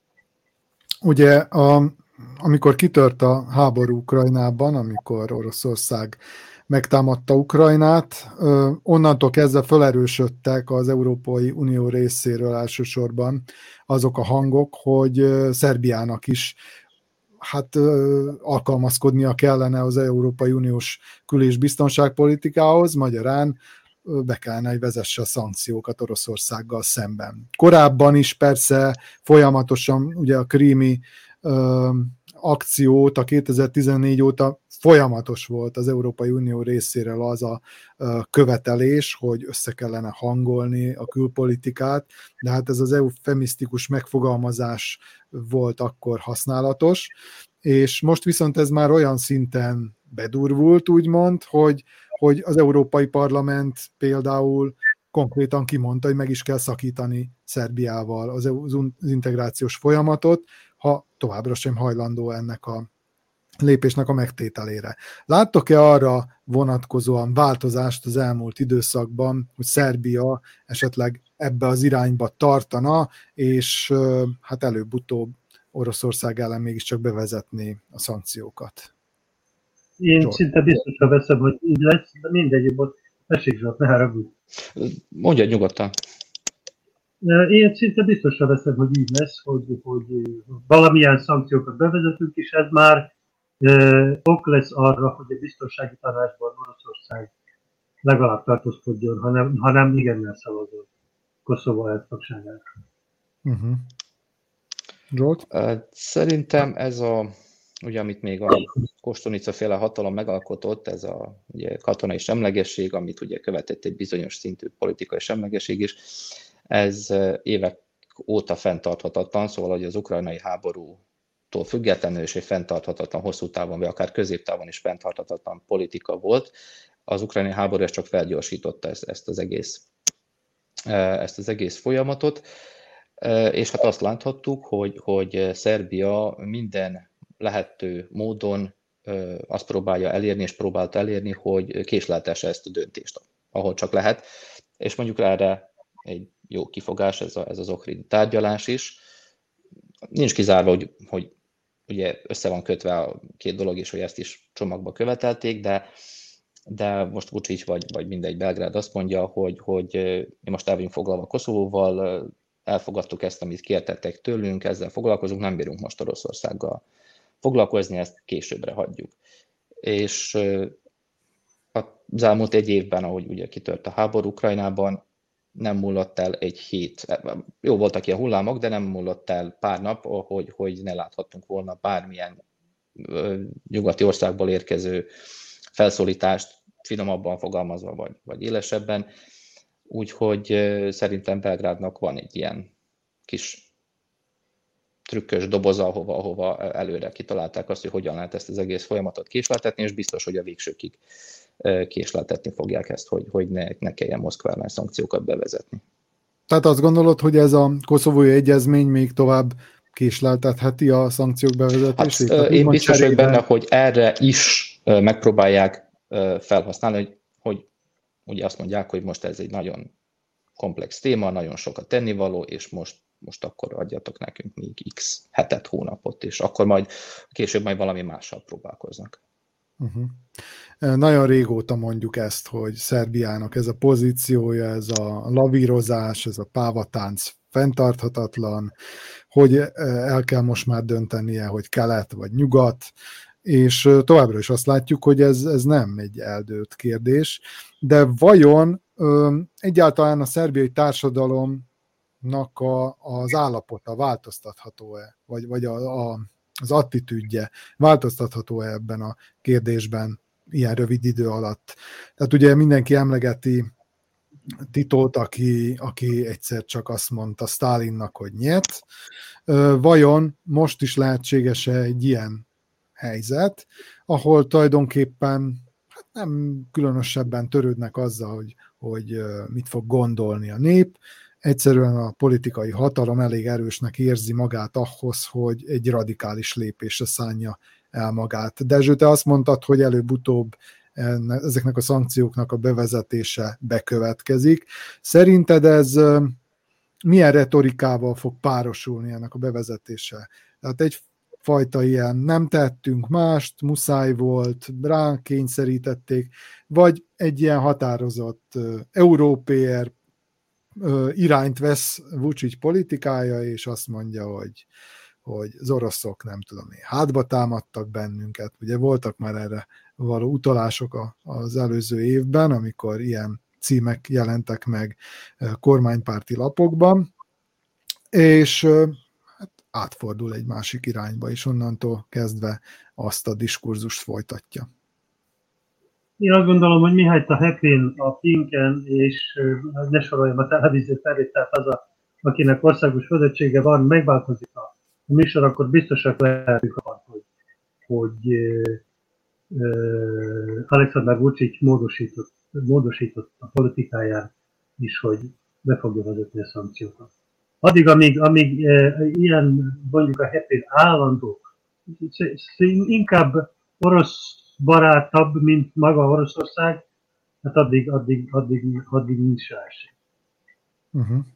Ugye, a, amikor kitört a háború Ukrajnában, amikor Oroszország megtámadta Ukrajnát, onnantól kezdve felerősödtek az Európai Unió részéről elsősorban azok a hangok, hogy Szerbiának is hát alkalmazkodnia kellene az Európai Uniós kül- és biztonságpolitikához, magyarán be kellene, hogy vezesse a szankciókat Oroszországgal szemben. Korábban is persze folyamatosan ugye a krími ö, akciót a kétezer-tizennégy óta folyamatos volt az Európai Unió részéről az a ö, követelés, hogy össze kellene hangolni a külpolitikát, de hát ez az eufemisztikus megfogalmazás volt akkor használatos, és most viszont ez már olyan szinten bedurvult, úgymond, hogy, hogy az Európai Parlament például konkrétan kimondta, hogy meg is kell szakítani Szerbiával az, az integrációs folyamatot, ha továbbra sem hajlandó ennek a lépésnek a megtételére. Láttok-e arra vonatkozóan változást az elmúlt időszakban, hogy Szerbia esetleg ebbe az irányba tartana, és hát előbb-utóbb Oroszország ellen mégiscsak bevezetné a szankciókat? Én Zsolt. szinte biztosan veszem, hogy így lesz, de mindegy, ott esik Zsolt, ne haragudj. Mondja nyugodtan. Én szinte biztosan veszem, hogy így lesz, hogy, hogy valamilyen szankciókat bevezetünk, és ez már eh, ok lesz arra, hogy a biztonsági tanácsban Oroszország legalább tartózkodjon, hanem, hanem igennel szavazol Koszovó eltagságára. Uh-huh. Zsolt? Szerintem ez a, ugye amit még a Kostunica féle hatalom megalkotott, ez a ugye, katonai semlegesség, amit ugye követett egy bizonyos szintű politikai semlegesség is, ez évek óta fenntarthatatlan, szóval hogy az ukrajnai háborútól függetlenül és egy fenntarthatatlan, hosszú távon, vagy akár középtávon is fenntarthatatlan politika volt. Az ukrajnai háború ezt csak felgyorsította ezt, ezt, az egész, ezt az egész folyamatot, és hát azt láthattuk, hogy, hogy Szerbia minden lehető módon azt próbálja elérni, és próbálta elérni, hogy késleltesse ezt a döntést, ahol csak lehet, és mondjuk erre egy jó kifogás, ez, a, ez az Ohrid tárgyalás is. Nincs kizárva, hogy, hogy ugye össze van kötve a két dolog is, hogy ezt is csomagba követelték, de, de most Vučić vagy, vagy mindegy Belgrád azt mondja, hogy, hogy mi most el vagyunk foglalva Koszovóval, elfogadtuk ezt, amit kértettek tőlünk, ezzel foglalkozunk, nem bírunk most Oroszországgal foglalkozni, ezt későbbre hagyjuk. És az elmúlt egy évben, ahogy ugye kitört a háború Ukrajnában, nem múlott el egy hét. Jó, voltak ilyen hullámok, de nem múlott el pár nap, hogy, hogy ne láthattunk volna bármilyen nyugati országból érkező felszólítást, finomabban fogalmazva, vagy, vagy élesebben. Úgyhogy szerintem Belgrádnak van egy ilyen kis trükkös doboza, ahova, ahova előre kitalálták azt, hogy hogyan lehet ezt az egész folyamatot késleltetni, és biztos, hogy a végsőkig késleltetni fogják ezt, hogy, hogy ne, ne kelljen Moszkva ellen szankciókat bevezetni. Tehát azt gondolod, hogy ez a koszovói egyezmény még tovább késleltetheti a szankciók bevezetését? Hát, én biztos vagyok benne, hogy erre is megpróbálják felhasználni, hogy, hogy ugye azt mondják, hogy most ez egy nagyon komplex téma, nagyon sokat tennivaló, és most, most akkor adjatok nekünk még x hetet, hónapot, és akkor majd később majd valami mással próbálkoznak. Uh-huh. Nagyon régóta mondjuk ezt, hogy Szerbiának ez a pozíciója, ez a lavírozás, ez a pávatánc fenntarthatatlan, hogy el kell most már döntenie, hogy kelet vagy nyugat, és továbbra is azt látjuk, hogy ez, ez nem egy eldőlt kérdés, de vajon ö, egyáltalán a szerbiai társadalomnak a, az állapota változtatható-e, vagy, vagy a, a, az attitűdje változtatható-e ebben a kérdésben ilyen rövid idő alatt? Tehát ugye mindenki emlegeti Titót, aki, aki egyszer csak azt mondta Sztálinnak, hogy nyet. Vajon most is lehetséges-e egy ilyen helyzet, ahol tulajdonképpen hát nem különösebben törődnek azzal, hogy, hogy mit fog gondolni a nép. Egyszerűen a politikai hatalom elég erősnek érzi magát ahhoz, hogy egy radikális lépésre szánja el magát. Dezső, te azt mondtad, hogy előbb-utóbb ezeknek a szankcióknak a bevezetése bekövetkezik. Szerinted ez milyen retorikával fog párosulni ennek a bevezetése? Tehát egy fajta ilyen nem tettünk mást, muszáj volt, ránk kényszerítették, vagy egy ilyen határozott uh, európér uh, irányt vesz Vučić politikája, és azt mondja, hogy, hogy az oroszok nem tudom én, hátba támadtak bennünket. Ugye voltak már erre való utalások a, az előző évben, amikor ilyen címek jelentek meg uh, kormánypárti lapokban, és uh, átfordul egy másik irányba, és onnantól kezdve azt a diskurzust folytatja. Én azt gondolom, hogy mihelyt a Hepin, a Pinken, és ne soroljam a televízió felét, tehát az, a, akinek országos vezetsége van, megváltozik a műsor, akkor biztosak lehetünk abban, hogy, hogy uh, Alexander Vučić módosított, módosított a politikáján is, hogy be fogja vezetni a szankciókat. Addig, amíg, amíg e, ilyen, mondjuk a Hepin állandó, inkább orosz barátabb, mint maga Oroszország, hát addig, addig, addig, addig nincs rá esély. Uh-huh.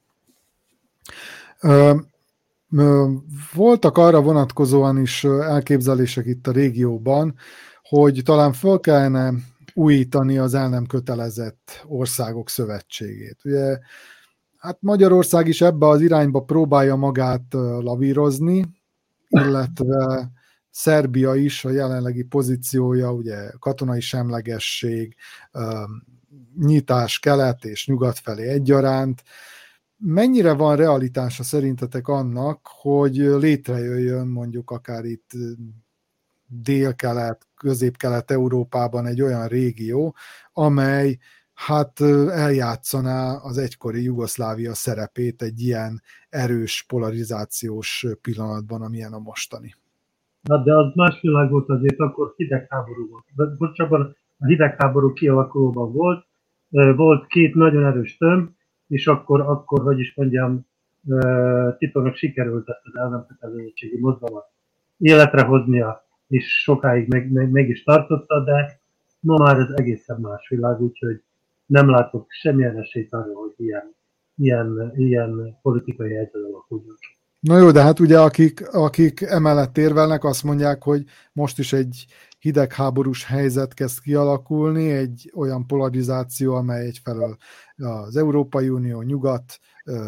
Uh, uh, voltak arra vonatkozóan is elképzelések itt a régióban, hogy talán föl kellene újítani az el nem kötelezett országok szövetségét. Ugye, hát Magyarország is ebbe az irányba próbálja magát lavírozni, illetve Szerbia is, a jelenlegi pozíciója, ugye katonai semlegesség, nyitás kelet és nyugat felé egyaránt. Mennyire van realitása szerintetek annak, hogy létrejöjjön mondjuk akár itt dél-kelet, közép-kelet-európában egy olyan régió, amely hát eljátszaná az egykori Jugoszlávia szerepét egy ilyen erős polarizációs pillanatban, amilyen a mostani. Na, de az más világ volt azért, akkor hidegháború volt. Bocsánat, a hidegháború kialakulóban volt, volt két nagyon erős tömb, és akkor, akkor hogy is mondjam, Titónak sikerült ezt az ellenkötelezettségi mozgalmat életre hoznia, és sokáig meg, meg, meg is tartotta, de ma már ez egészen más világ, úgyhogy nem látok semmilyen esélyt arra, hogy ilyen, ilyen, ilyen politikai helyzet alakuljon ki. Na jó, de hát ugye akik, akik emellett érvelnek, azt mondják, hogy most is egy hidegháborús helyzet kezd kialakulni, egy olyan polarizáció, amely egyfelől az Európai Unió, nyugat,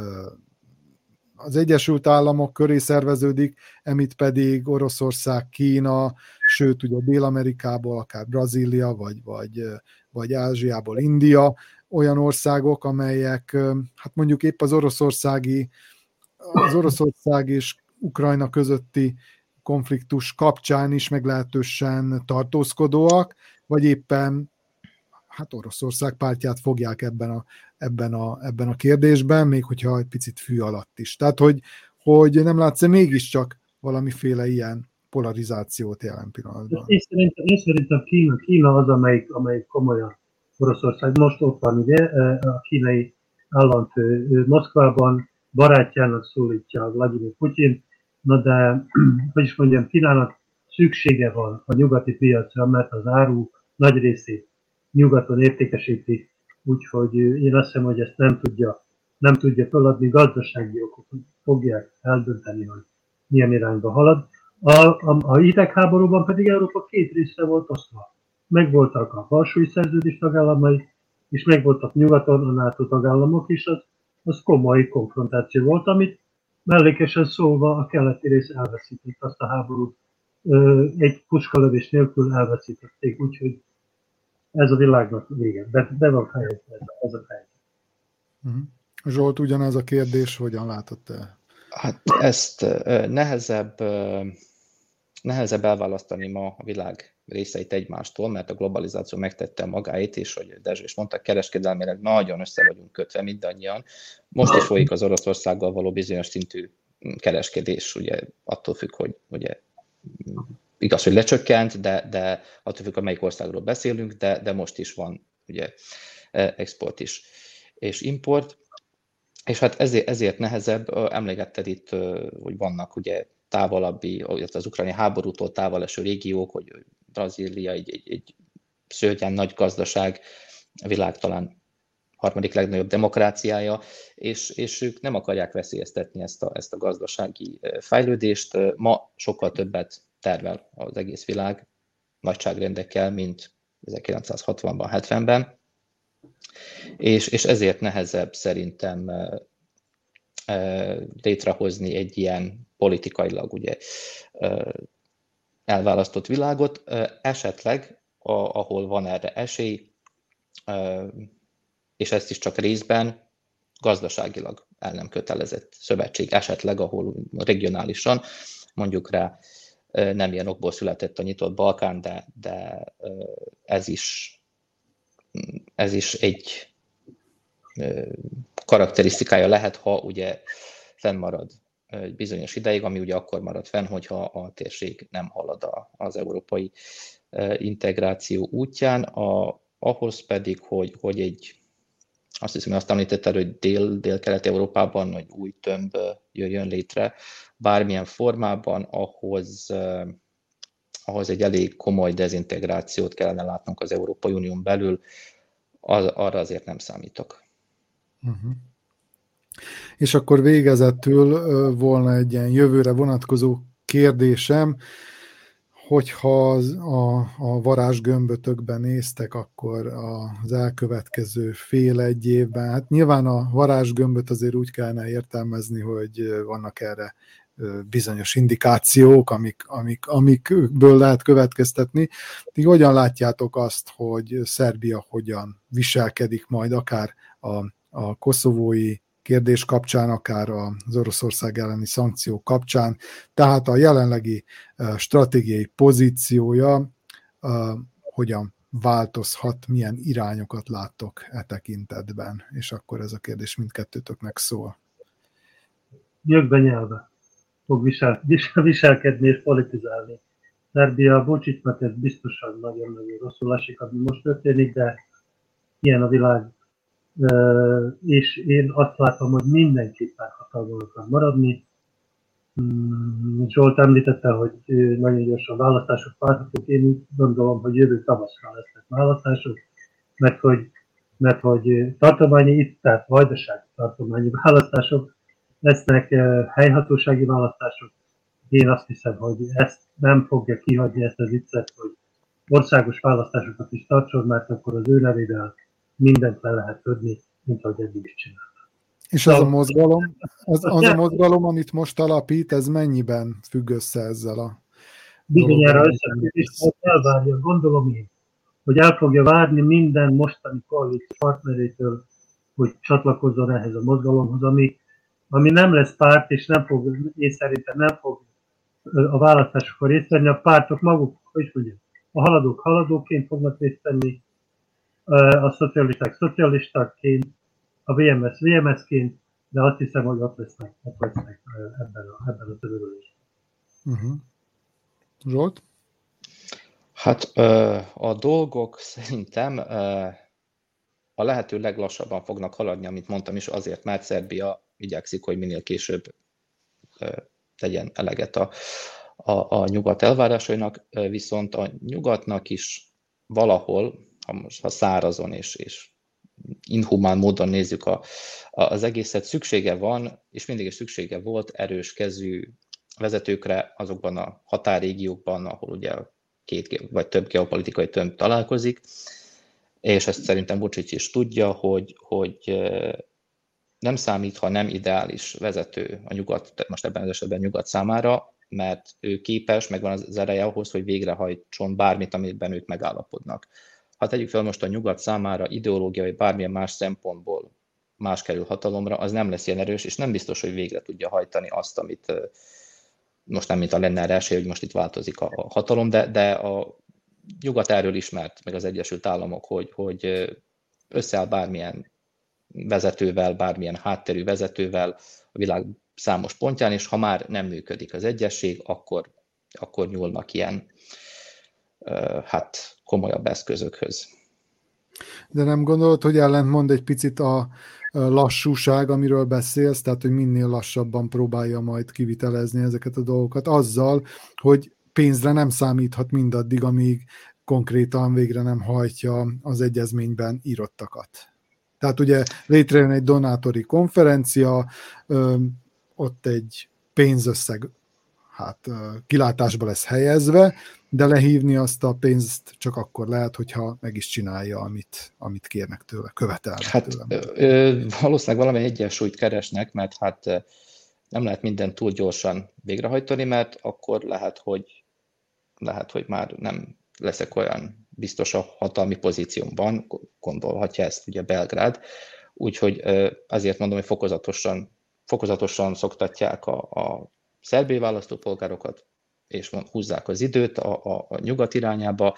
az Egyesült Államok köré szerveződik, emit pedig Oroszország, Kína, sőt ugye Dél-Amerikából, akár Brazília, vagy, vagy, vagy Ázsiából India, olyan országok, amelyek hát mondjuk épp az oroszországi az Oroszország és Ukrajna közötti konfliktus kapcsán is meglehetősen tartózkodóak, vagy éppen hát Oroszország pártját fogják ebben a, ebben a, ebben a kérdésben, még hogyha egy picit fű alatt is. Tehát, hogy, hogy nem látsz-e mégiscsak valamiféle ilyen polarizációt jelen pillanatban? Én szerintem, én szerintem Kína, Kína az, amelyik, amelyik komolyan Oroszország. Most ott van ugye a kínai államfő Moszkvában, barátjának szólítja Vladimir Putyin, na de, hogy is mondjam, Kínának szüksége van a nyugati piacra, mert az áru nagy részét nyugaton értékesíti, úgyhogy én azt hiszem, hogy ezt nem tudja, nem tudja feladni, gazdasági okok fogják eldönteni, hogy milyen irányba halad. A, a, a hidegháborúban pedig Európa két részre volt osztva. Megvoltak a Varsói Szerződés tagállamai, és megvoltak nyugaton a NATO tagállamok is, az az komoly konfrontáció volt, amit mellékesen szólva a keleti rész elveszített, azt a háborút egy puskalövés nélkül elveszítették, úgyhogy ez a világnak vége. Be, be van fejezve ez a helyzet. Uh-huh. Zsolt, ugyanez a kérdés, hogyan látod te? Hát ezt nehezebb, nehezebb elválasztani ma a világ részeit egymástól, mert a globalizáció megtette magáit, és hogy Dezső is mondta, kereskedelmileg nagyon össze vagyunk kötve mindannyian. Most is folyik az Oroszországgal való bizonyos szintű kereskedés, ugye attól függ, hogy ugye, igaz, hogy lecsökkent, de, de attól függ, hogy melyik országról beszélünk, de, de most is van ugye export is, és import. És hát ezért, ezért nehezebb, emlékezted itt, hogy vannak ugye távolabbi, az ukrajnai háborútól távol eső régiók, hogy Brazília egy, egy, egy szörnyen nagy gazdaság, a világ talán harmadik legnagyobb demokráciája, és, és ők nem akarják veszélyeztetni ezt a, ezt a gazdasági fejlődést. Ma sokkal többet tervel az egész világ nagyságrendekkel, mint ezerkilencszázhatvanban, hetvenben, és, és ezért nehezebb szerintem létrehozni egy ilyen politikailag ugye elválasztott világot, esetleg, a, ahol van erre esély, és ezt is csak részben gazdaságilag el nem kötelezett szövetség, esetleg, ahol regionálisan, mondjuk rá nem ilyen okból született a nyitott Balkán, de, de ez is, ez is egy karakterisztikája lehet, ha ugye fennmarad egy bizonyos ideig, ami ugye akkor marad fenn, hogyha a térség nem halad az európai integráció útján, a, ahhoz pedig, hogy, hogy egy, azt hiszem, hogy azt említetted, hogy dél, dél-kelet-európában hogy új tömb jöjjön létre bármilyen formában, ahhoz, ahhoz egy elég komoly dezintegrációt kellene látnunk az Európai Unión belül, az, arra azért nem számítok. Uh-huh. És akkor végezetül volna egy ilyen jövőre vonatkozó kérdésem, hogyha az, a, a varázsgömbötökben néztek, akkor az elkövetkező fél egy évben, hát nyilván a varázsgömböt azért úgy kellene értelmezni, hogy vannak erre bizonyos indikációk, amik, amik, amikből lehet következtetni. Ti hogyan látjátok azt, hogy Szerbia hogyan viselkedik majd akár a, a koszovói kérdés kapcsán, akár az Oroszország elleni szankciók kapcsán, tehát a jelenlegi stratégiai pozíciója hogyan változhat, milyen irányokat láttok e tekintetben? És akkor ez a kérdés mindkettőtöknek szól. Nyögbe nyelve fog visel, visel, viselkedni és politizálni. Szerbia, Vučićnak ez biztosan nagyon-nagyon rosszul esik, ami most történik, de ilyen a világ. Uh, és én azt látom, hogy mindenképpen hatalmon akar maradni. Um, Zsolt említette, hogy nagyon gyorsan választások várhatók. Én úgy gondolom, hogy jövő tavaszra lesznek választások, mert hogy, mert hogy tartományi, tehát vajdasági tartományi választások lesznek, uh, helyhatósági választások. Én azt hiszem, hogy ezt nem fogja kihagyni, ezt az viccet, hogy országos választásokat is tartson, mert akkor az ő nevével mindent le lehet tudni, mint ahogy eddig is csinálta. És az a mozgalom, az, az a mozgalom, amit most alapít, ez mennyiben függ össze ezzel a bizonyára összefügg, és elvárja, gondolom én, hogy el fogja várni minden mostani koalíció partnerétől, hogy csatlakozzon ehhez a mozgalomhoz, ami, ami nem lesz párt, és nem fog, én szerintem nem fog a választásokon részt venni, a pártok maguk, hogy mondjam, a haladók haladóként fognak részt venni, a szocialisták szocialistákként, a vé em es vé em es-ként, de azt hiszem, hogy ott lesznek, ott lesznek ebben a, ebben a törülésben. Uh-huh. Zsolt? Hát a dolgok szerintem a lehető leglassabban fognak haladni, amit mondtam is, azért, mert Szerbia igyekszik, hogy minél később tegyen eleget a, a, a nyugat elvárásainak, viszont a nyugatnak is valahol, ha most ha szárazon és, és inhumán módon nézzük a, a, az egészet, szüksége van, és mindig is szüksége volt erős kezű vezetőkre azokban a határrégiókban, ahol ugye két vagy több geopolitikai tömb találkozik, és ezt szerintem Vučić is tudja, hogy, hogy nem számít, ha nem ideális vezető a nyugat, most ebben az esetben nyugat számára, mert ő képes, megvan az ereje ahhoz, hogy végrehajtson bármit, amiben ők megállapodnak. Ha tegyük fel most a nyugat számára ideológiai vagy bármilyen más szempontból más kerül hatalomra, az nem lesz ilyen erős, és nem biztos, hogy végre tudja hajtani azt, amit most nem mint a lenne erre esély, hogy most itt változik a hatalom, de, de a nyugat erről ismert, meg az Egyesült Államok, hogy, hogy összeáll bármilyen vezetővel, bármilyen hátterű vezetővel a világ számos pontján, és ha már nem működik az egyesség, akkor, akkor nyúlnak ilyen hát komolyabb eszközökhöz. De nem gondolod, hogy ellentmond egy picit a lassúság, amiről beszélsz, tehát hogy minél lassabban próbálja majd kivitelezni ezeket a dolgokat, azzal, hogy pénzre nem számíthat mindaddig, amíg konkrétan végre nem hajtja az egyezményben írottakat. Tehát ugye létrejön egy donátori konferencia, ott egy pénzösszeg hát kilátásba lesz helyezve, de lehívni azt a pénzt csak akkor lehet, hogyha meg is csinálja, amit, amit kérnek tőle, követelnek hát, tőle. Ö, valószínűleg valami egyensúlyt keresnek, mert hát nem lehet mindent túl gyorsan végrehajtani, mert akkor lehet, hogy, lehet, hogy már nem leszek olyan biztos a hatalmi pozíciómban, gondolhatja ezt ugye Belgrád, úgyhogy azért mondom, hogy fokozatosan, fokozatosan szoktatják a, a szerb választópolgárokat, és húzzák az időt a, a, a nyugat irányába.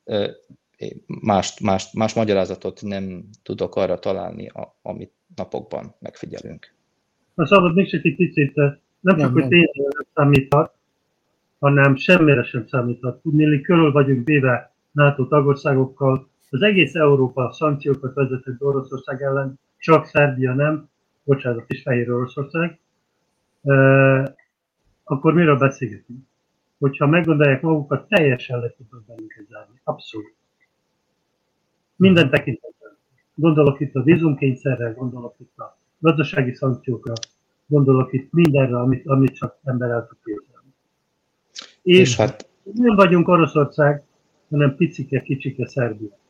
Más, más, más magyarázatot nem tudok arra találni, a, amit napokban megfigyelünk. Na szabad még csak egy picit, nem csak, hogy tényleg nem számíthat, hanem semmire sem számíthat. Tudnéli, körül vagyunk véve NATO tagországokkal. Az egész Európa szankciókat vezetett Oroszország ellen, csak Szerbia nem, bocsánat, és Fehér Oroszország. E, akkor miről beszélgetünk? Hogyha meggondolják magukat, teljesen le tudnak bennünket zárni. Abszolút. Minden tekintetben. Gondolok itt a vízumkényszerre, gondolok itt a gazdasági szankciókra, gondolok itt mindenre, amit, amit csak ember el tud képzelni. És, és hát... Nem vagyunk Oroszország, hanem picike, kicsike Szerbia.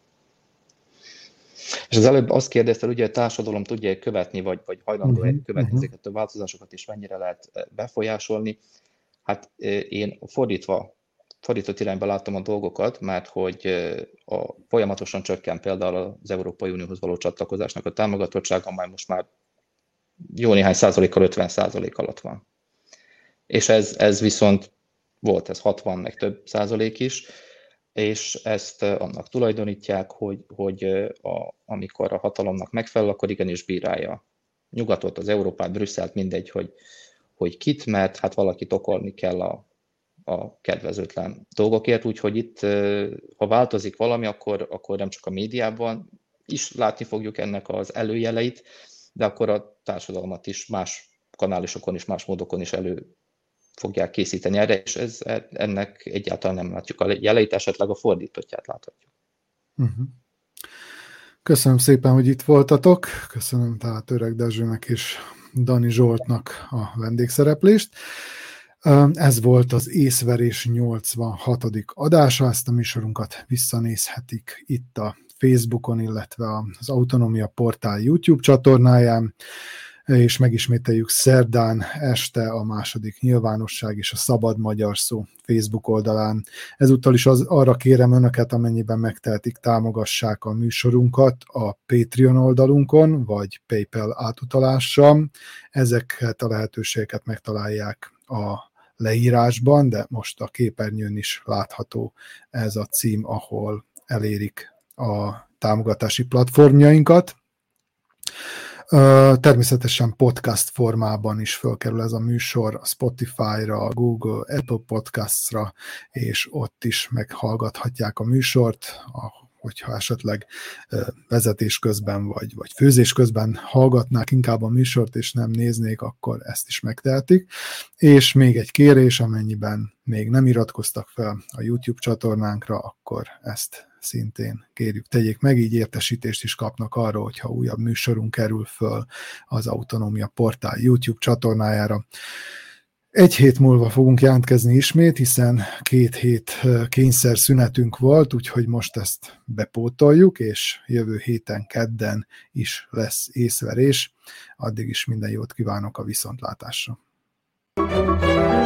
És az előbb azt kérdezted, ugye a társadalom tudja követni, vagy, vagy hajlandó uh-huh, követni uh-huh. ezeket a változásokat, és mennyire lehet befolyásolni. Hát én fordítva, fordított irányba látom a dolgokat, mert hogy a, folyamatosan csökken például az Európai Unióhoz való csatlakozásnak a támogatottsága, amely most már jó néhány százalékkal ötven százalék alatt van. És ez, ez viszont volt, ez hatvan, meg több százalék is, és ezt annak tulajdonítják, hogy, hogy a, amikor a hatalomnak megfelel, akkor igenis bírálja nyugatot, az Európát, Brüsszelt, mindegy, hogy, hogy kit, mert hát valakit okolni kell a, a kedvezőtlen dolgokért, úgyhogy itt, ha változik valami, akkor, akkor nem csak a médiában is látni fogjuk ennek az előjeleit, de akkor a társadalmat is más kanálisokon és más módokon is elő fogják készíteni erre, és ez, ennek egyáltalán nem látjuk a jeleit, esetleg a fordítottját láthatjuk. Uh-huh. Köszönöm szépen, hogy itt voltatok. Köszönöm tehát Öreg Dezsőnek és Dani Zsoltnak a vendégszereplést. Ez volt az Észverés nyolcvanhatodik adása, ezt a műsorunkat visszanézhetik itt a Facebookon, illetve az Autonómia Portál YouTube csatornáján, és megismételjük szerdán este a második nyilvánosság és a Szabad Magyar Szó Facebook oldalán. Ezúttal is az, arra kérem önöket, amennyiben megtehetik, támogassák a műsorunkat a Patreon oldalunkon, vagy PayPal átutalással. Ezeket a lehetőségeket megtalálják a leírásban, de most a képernyőn is látható ez a cím, ahol elérik a támogatási platformjainkat. Természetesen podcast formában is fölkerül ez a műsor a Spotify-ra, a Google, Apple Podcasts-ra, és ott is meghallgathatják a műsort, hogyha esetleg vezetés közben vagy, vagy főzés közben hallgatnák inkább a műsort, és nem néznék, akkor ezt is megtehetik. És még egy kérés, amennyiben még nem iratkoztak fel a YouTube csatornánkra, akkor ezt szintén kérjük, tegyék meg, így értesítést is kapnak arról, hogyha újabb műsorunk kerül föl az Autonómia Portál YouTube csatornájára. Egy hét múlva fogunk jelentkezni ismét, hiszen két hét kényszer szünetünk volt, úgyhogy most ezt bepótoljuk, és jövő héten kedden is lesz észverés. Addig is minden jót kívánok a viszontlátásra.